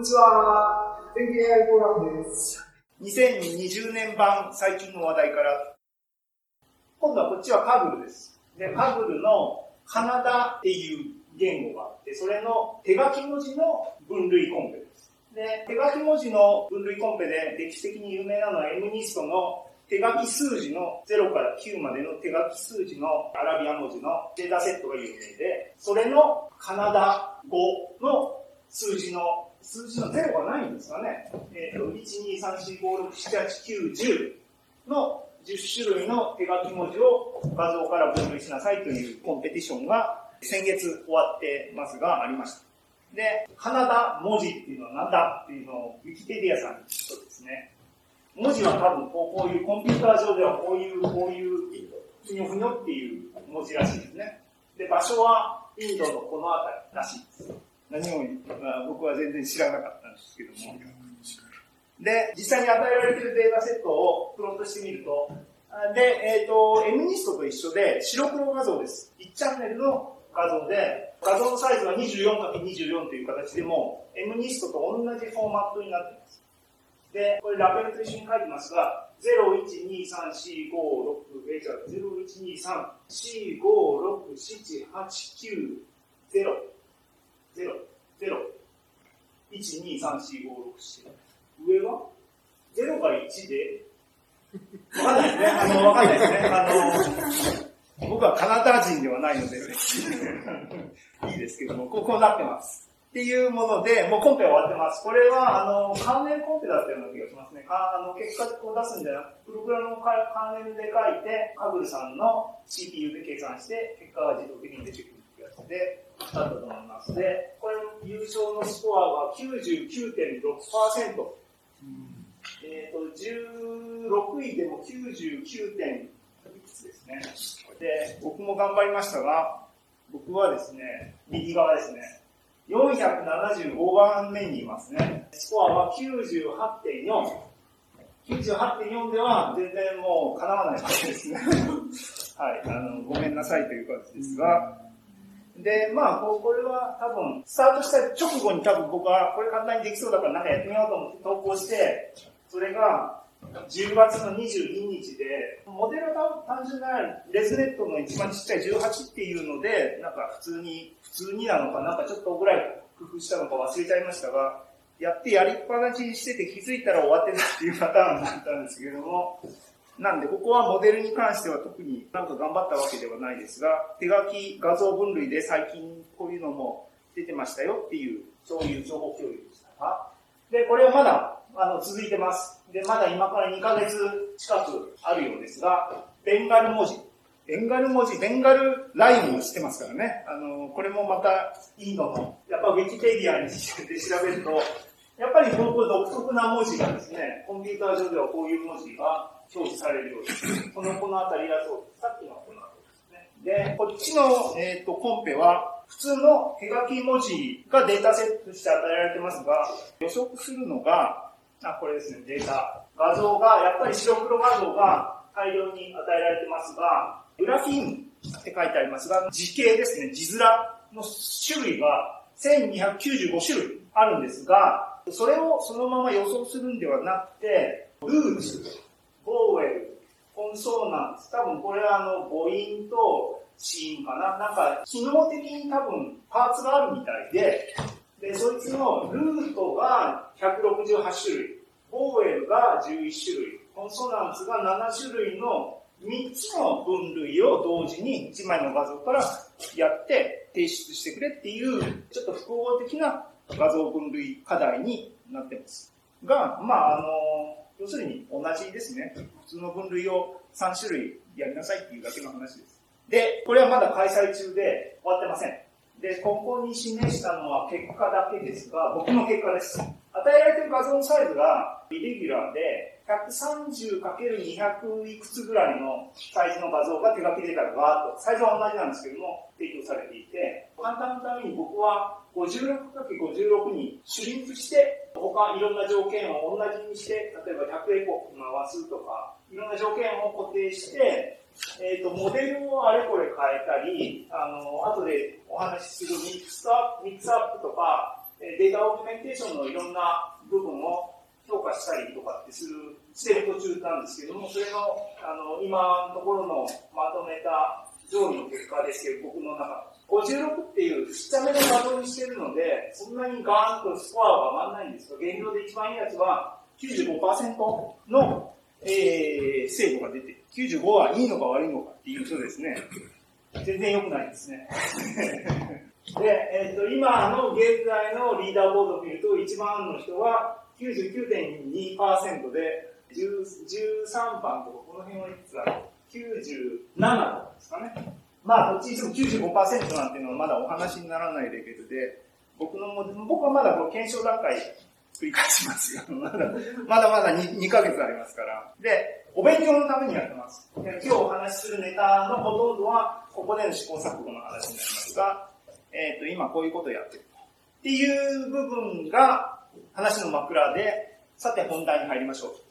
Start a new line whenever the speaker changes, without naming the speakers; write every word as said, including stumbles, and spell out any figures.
にちは。天気 エーアイ フォーラムです。
にせんにじゅうねん版最近の話題から。今度はこっちはカグルです。で、カグルのカナダっていう言語があって、それの手書き文字の分類コンペです。で、手書き文字の分類コンペで歴史的に有名なのは エムニストの手書き数字のゼロからきゅうまでの手書き数字のアラビア文字のデータセットが有名で、それのカナダ語の数字の、数字のゼロがないんですかね。えっと、いち、に、さん、よん、ご、ろく、なな、はち、きゅう、じゅうのじゅっしゅるいの手書き文字を画像から分類しなさいというコンペティションが先月終わってますがありました。で、カナダ文字っていうのは何だっていうのをウィキペディアさんに聞くとですね、文字は多分こう、こういうコンピューター上ではこういう、こういうふにょふにょっていう文字らしいですね。で、場所はインドのこの辺りらしいです。何も、まあ、僕は全然知らなかったんですけども。で、実際に与えられているデータセットをプロットしてみると、で、えっと、エムニストと一緒で白黒画像です。いちチャンネルの画像で、画像のサイズは にじゅうよんかけるにじゅうよん という形でも、エムニストと同じフォーマットになっています。で、これラベルと一緒に書いてますが、ゼロ、いち、に、さん、よん、ご、ろく、え、じゃあ、ゼロ、いち、に、さん、よん、ご、ろく、なな、はち、きゅう、ゼロ、ゼロ、ゼロ、いち、に、さん、よん、ご、ろく、なな、上はゼロがいちで、わかんないですね。あの、わかんないですね。あの、僕はカナダ人ではないので、いいですけども、こうなってます。っていうもので、もうコンペは終わってます。これは、あの、カーネルコンペだったような気がしますね。かあの結果を出すんじゃなくて、プログラムをカーネルで書いて、カグルさんの シーピーユー で計算して、結果が自動的に出てくるってやつで、だったと思います。で、これ、優勝のスコアが きゅうじゅうきゅうてんろくパーセント。えっと、じゅうろくいでも きゅうじゅうきゅうてんいくつですね。で、僕も頑張りましたが、僕はですね、右側ですね。よんひゃくななじゅうごばんめにいますね。スコアは きゅうじゅうはちてんよん。きゅうじゅうはちてんよんでは全然もう叶わないわけですね。はい、あの、ごめんなさいという形ですが、で、まあ、これは多分、スタートした直後に多分僕はこれ簡単にできそうだからなんかやってみようと思って投稿して、それがじゅうがつのにじゅうににちで、モデルは単純なレズネットの一番ちっちゃいじゅうはちっていうので、なんか普通に、普通になのかなんかちょっとぐらい工夫したのか忘れちゃいましたが、やってやりっぱなしにしてて気づいたら終わってたっていうパターンだったんですけれども、なんでここはモデルに関しては特になんか頑張ったわけではないですが、手書き画像分類で最近こういうのも出てましたよっていう、そういう情報共有でしたが、で、これはまだあの続いてます。で、まだ今からにかげつ近くあるようですが、ベンガル文字。ベンガル文字、ベンガルラインを知ってますからね。あの、これもまたインドの、やっぱウィキペディアにして調べると、やっぱりこの独特な文字がですね、コンピューター上ではこういう文字が表示されるようです。この、このあたりだそうです。さっきのこのあたりですね。で、こっちの、えっと、コンペは、普通の手書き文字がデータセットとして与えられてますが、予測するのが、あ、これですね、データ。画像が、やっぱり白黒画像が大量に与えられてますが、グラフィンって書いてありますが、字形ですね、字面の種類がせんにひゃくきゅうじゅうごしゅるいあるんですが、それをそのまま予想するんではなくて、ルーツ、ボーウェル、コンソーナンツ、多分これはあの母音と子音かな、なんか機能的に多分パーツがあるみたいで、で、そいつのルートがひゃくろくじゅうはちしゅるい、ボーウェルがじゅういっしゅるい、コンソナンツがななしゅるいのみっつの分類を同時にいちまいの画像からやって提出してくれっていう、ちょっと複合的な画像分類課題になってます。が、まあ、あの、要するに同じですね。普通の分類をさんしゅるいやりなさいっていうだけの話です。で、これはまだ開催中で終わってません。で、ここに示したのは結果だけですが、僕の結果です。与えられている画像のサイズがイレギュラーで、ひゃくさんじゅうかけるにひゃく いくつぐらいのサイズの画像が手書きデータがバーッと、サイズは同じなんですけども、提供されていて、簡単のために僕は ごじゅうろくかけるごじゅうろく にシュリンクして、他いろんな条件を同じにして、例えばひゃくエポック回すとか、いろんな条件を固定して、えっと、モデルをあれこれ変えたり、あの、後でお話しするミックスアップ、ミックスアップとか、 データオーギュメンテーションのいろんな部分を評価したりとかってする、してる途中なんですけども、それの、あの、今のところのまとめた上位の結果ですけど、僕の中、ごじゅうろくっていうちっちゃめの画像にしてるので、そんなにガーンとスコアは上がらないんですが、現状で一番いいやつは きゅうじゅうごパーセント の、えー、精度が出て、きゅうじゅうごはいいのか悪いのかっていうとですね、全然良くないですね。で、えっと、今の現在のリーダーボードを見ると、一番の人は きゅうじゅうきゅうてんにパーセント で、じゅうさんばんとか、この辺はいくつだろう ?きゅうじゅうなな とかですかね。まあ、どっちにしても きゅうじゅうごパーセント なんていうのはまだお話にならないレベルで、僕のも、僕はまだこの検証段階繰り返しますよ。まだ、まだまだ 2, 2ヶ月ありますから。で、お勉強のためにやってます。で今日お話しするネタのほとんどは、ここでの試行錯誤の話になりますが、えっと、今こういうことをやってると。っていう部分が話の枕で、さて本題に入りましょう。